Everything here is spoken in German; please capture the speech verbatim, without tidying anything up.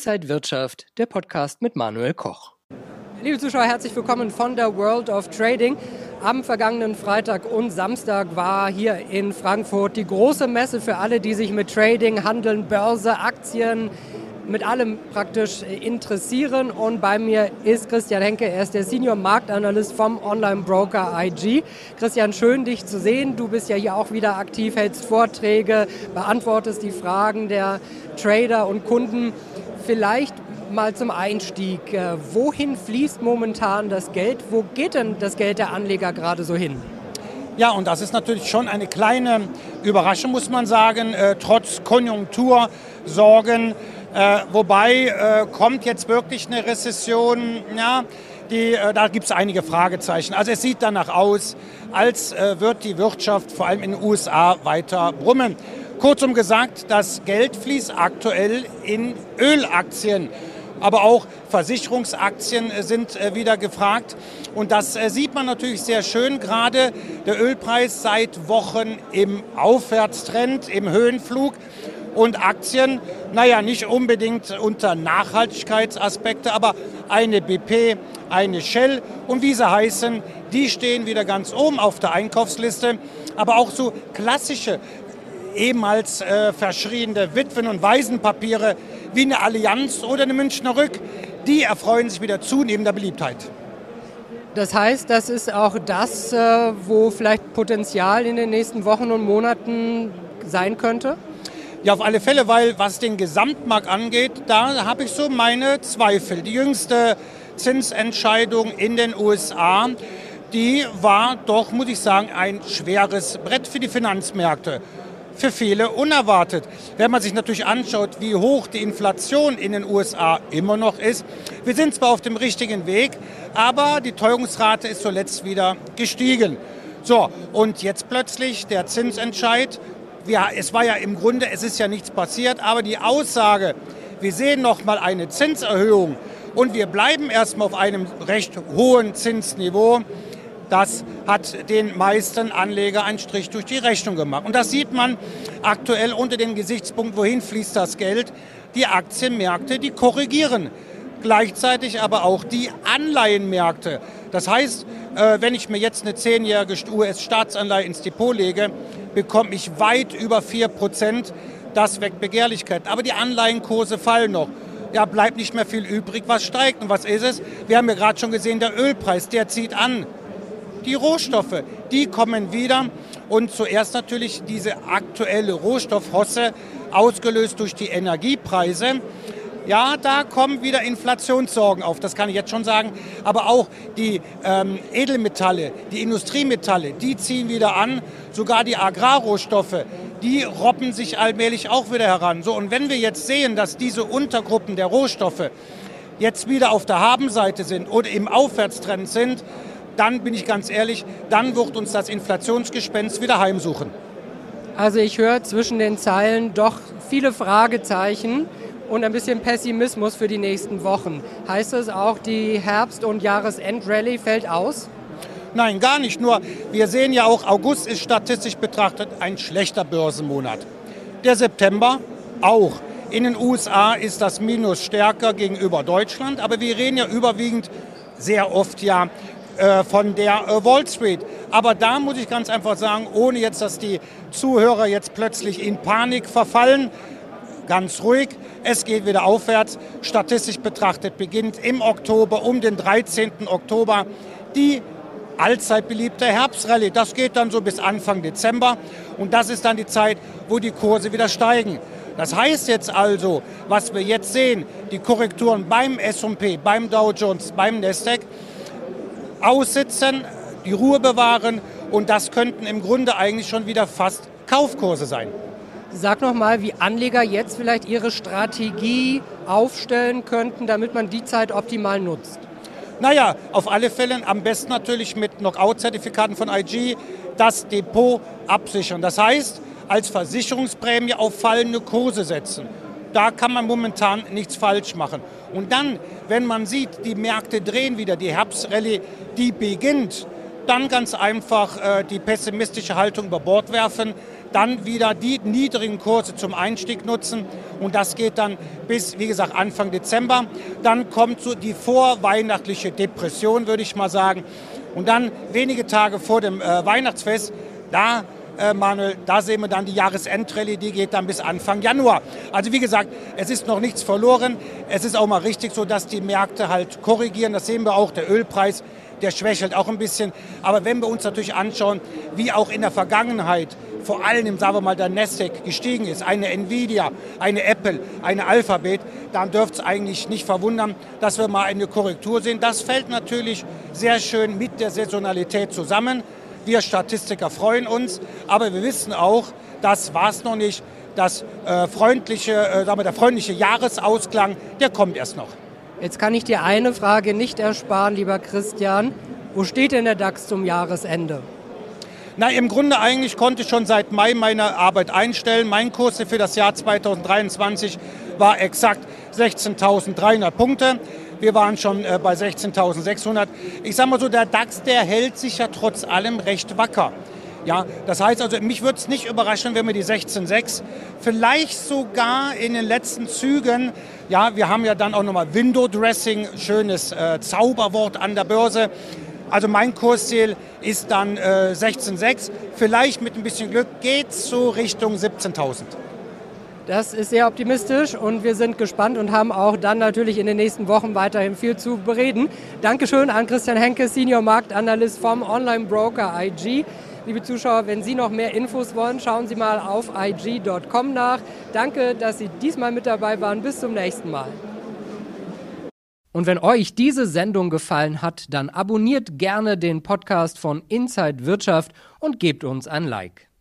Inside Wirtschaft, der Podcast mit Manuel Koch. Liebe Zuschauer, herzlich willkommen von der World of Trading. Am vergangenen Freitag und Samstag war hier in Frankfurt die große Messe für alle, die sich mit Trading, Handeln, Börse, Aktien, mit allem praktisch interessieren. Und bei mir ist Christian Henke, er ist der Senior Marktanalyst vom Online-Broker I G. Christian, schön dich zu sehen. Du bist ja hier auch wieder aktiv, hältst Vorträge, beantwortest die Fragen der Trader und Kunden. Vielleicht mal zum Einstieg. Wohin fließt momentan das Geld? Wo geht denn das Geld der Anleger gerade so hin? Ja, und das ist natürlich schon eine kleine Überraschung, muss man sagen, äh, trotz Konjunktursorgen. Äh, wobei äh, kommt jetzt wirklich eine Rezession? Ja, die, äh, da gibt es einige Fragezeichen. Also es sieht danach aus, als äh, wird die Wirtschaft vor allem in den U S A weiter brummen. Kurzum gesagt, das Geld fließt aktuell in Ölaktien. Aber auch Versicherungsaktien sind äh, wieder gefragt. Und das äh, sieht man natürlich sehr schön. Gerade der Ölpreis seit Wochen im Aufwärtstrend, im Höhenflug. Und Aktien, naja, nicht unbedingt unter Nachhaltigkeitsaspekte, aber eine B P, eine Shell und wie sie heißen, die stehen wieder ganz oben auf der Einkaufsliste. Aber auch so klassische, ehemals äh, verschriene Witwen- und Waisenpapiere wie eine Allianz oder eine Münchner Rück, die erfreuen sich wieder zunehmender Beliebtheit. Das heißt, das ist auch das, äh, wo vielleicht Potenzial in den nächsten Wochen und Monaten sein könnte? Ja, auf alle Fälle, weil was den Gesamtmarkt angeht, da habe ich so meine Zweifel. Die jüngste Zinsentscheidung in den U S A, die war doch, muss ich sagen, ein schweres Brett für die Finanzmärkte. Für viele unerwartet. Wenn man sich natürlich anschaut, wie hoch die Inflation in den U S A immer noch ist. Wir sind zwar auf dem richtigen Weg, aber die Teuerungsrate ist zuletzt wieder gestiegen. So, und jetzt plötzlich der Zinsentscheid. Ja, es war ja im Grunde, es ist ja nichts passiert, aber die Aussage, wir sehen noch mal eine Zinserhöhung und wir bleiben erstmal auf einem recht hohen Zinsniveau, das hat den meisten Anlegern einen Strich durch die Rechnung gemacht. Und das sieht man aktuell unter dem Gesichtspunkt, wohin fließt das Geld. Die Aktienmärkte, die korrigieren. Gleichzeitig aber auch die Anleihenmärkte. Das heißt, wenn ich mir jetzt eine zehnjährige U S-Staatsanleihe ins Depot lege, bekomme ich weit über vier Prozent. Das weckt Begehrlichkeit. Aber die Anleihenkurse fallen noch. Ja, bleibt nicht mehr viel übrig. Was steigt und was ist es? Wir haben ja gerade schon gesehen, der Ölpreis, der zieht an. Die Rohstoffe, die kommen wieder. Und zuerst natürlich diese aktuelle Rohstoffhosse, ausgelöst durch die Energiepreise. Ja, da kommen wieder Inflationssorgen auf, das kann ich jetzt schon sagen. Aber auch die ähm, Edelmetalle, die Industriemetalle, die ziehen wieder an. Sogar die Agrarrohstoffe, die robben sich allmählich auch wieder heran. So, und wenn wir jetzt sehen, dass diese Untergruppen der Rohstoffe jetzt wieder auf der Habenseite sind oder im Aufwärtstrend sind, dann bin ich ganz ehrlich, dann wird uns das Inflationsgespenst wieder heimsuchen. Also ich höre zwischen den Zeilen doch viele Fragezeichen und ein bisschen Pessimismus für die nächsten Wochen. Heißt das auch, die Herbst- und Jahresendrallye fällt aus? Nein, gar nicht. Nur wir sehen ja auch, August ist statistisch betrachtet ein schlechter Börsenmonat. Der September auch. In den U S A ist das Minus stärker gegenüber Deutschland, aber wir reden ja überwiegend sehr oft ja äh, von der äh, Wall Street. Aber da muss ich ganz einfach sagen, ohne jetzt, dass die Zuhörer jetzt plötzlich in Panik verfallen, ganz ruhig, es geht wieder aufwärts. Statistisch betrachtet beginnt im Oktober, um den dreizehnten Oktober, die allzeit beliebte Herbstrallye. Das geht dann so bis Anfang Dezember und das ist dann die Zeit, wo die Kurse wieder steigen. Das heißt jetzt also, was wir jetzt sehen, die Korrekturen beim S und P, beim Dow Jones, beim Nasdaq, aussitzen, die Ruhe bewahren und das könnten im Grunde eigentlich schon wieder fast Kaufkurse sein. Sag noch mal, wie Anleger jetzt vielleicht ihre Strategie aufstellen könnten, damit man die Zeit optimal nutzt. Naja, auf alle Fälle am besten natürlich mit Knockout-Zertifikaten von I G das Depot absichern. Das heißt, als Versicherungsprämie auf fallende Kurse setzen. Da kann man momentan nichts falsch machen. Und dann, wenn man sieht, die Märkte drehen wieder, die Herbstrallye, die beginnt, dann ganz einfach äh, die pessimistische Haltung über Bord werfen. dann wieder die niedrigen Kurse zum Einstieg nutzen und das geht dann bis, wie gesagt, Anfang Dezember. Dann kommt so die vorweihnachtliche Depression, würde ich mal sagen. Und dann wenige Tage vor dem äh, Weihnachtsfest, da, äh, Manuel, da sehen wir dann die Jahresendrallye, die geht dann bis Anfang Januar. Also wie gesagt, es ist noch nichts verloren. Es ist auch mal richtig so, dass die Märkte halt korrigieren. Das sehen wir auch, der Ölpreis, der schwächelt auch ein bisschen. Aber wenn wir uns natürlich anschauen, wie auch in der Vergangenheit vor allem, sagen wir mal, der Nasdaq gestiegen ist, eine Nvidia, eine Apple, eine Alphabet, dann dürfte es eigentlich nicht verwundern, dass wir mal eine Korrektur sehen. Das fällt natürlich sehr schön mit der Saisonalität zusammen. Wir Statistiker freuen uns, aber wir wissen auch, das war es noch nicht. Das äh, freundliche, äh, sagen wir, der freundliche Jahresausklang, der kommt erst noch. Jetzt kann ich dir eine Frage nicht ersparen, lieber Christian. Wo steht denn der DAX zum Jahresende? Na, im Grunde eigentlich konnte ich schon seit Mai meine Arbeit einstellen. Mein Kurs für das Jahr zweitausenddreiundzwanzig war exakt sechzehntausenddreihundert Punkte. Wir waren schon äh, bei sechzehntausendsechshundert. Ich sage mal so, der DAX, der hält sich ja trotz allem recht wacker. Ja, das heißt also, mich würde es nicht überraschen, wenn wir die sechzehn Komma sechs vielleicht sogar in den letzten Zügen, ja, wir haben ja dann auch nochmal Window Dressing, schönes äh, Zauberwort an der Börse. Also mein Kursziel ist dann äh, sechzehn Komma sechs. Vielleicht mit ein bisschen Glück geht es so Richtung siebzehntausend. Das ist sehr optimistisch und wir sind gespannt und haben auch dann natürlich in den nächsten Wochen weiterhin viel zu bereden. Dankeschön an Christian Henke, Senior Marktanalyst vom Online-Broker I G. Liebe Zuschauer, wenn Sie noch mehr Infos wollen, schauen Sie mal auf i g punkt com nach. Danke, dass Sie diesmal mit dabei waren. Bis zum nächsten Mal. Und wenn euch diese Sendung gefallen hat, dann abonniert gerne den Podcast von Inside Wirtschaft und gebt uns ein Like.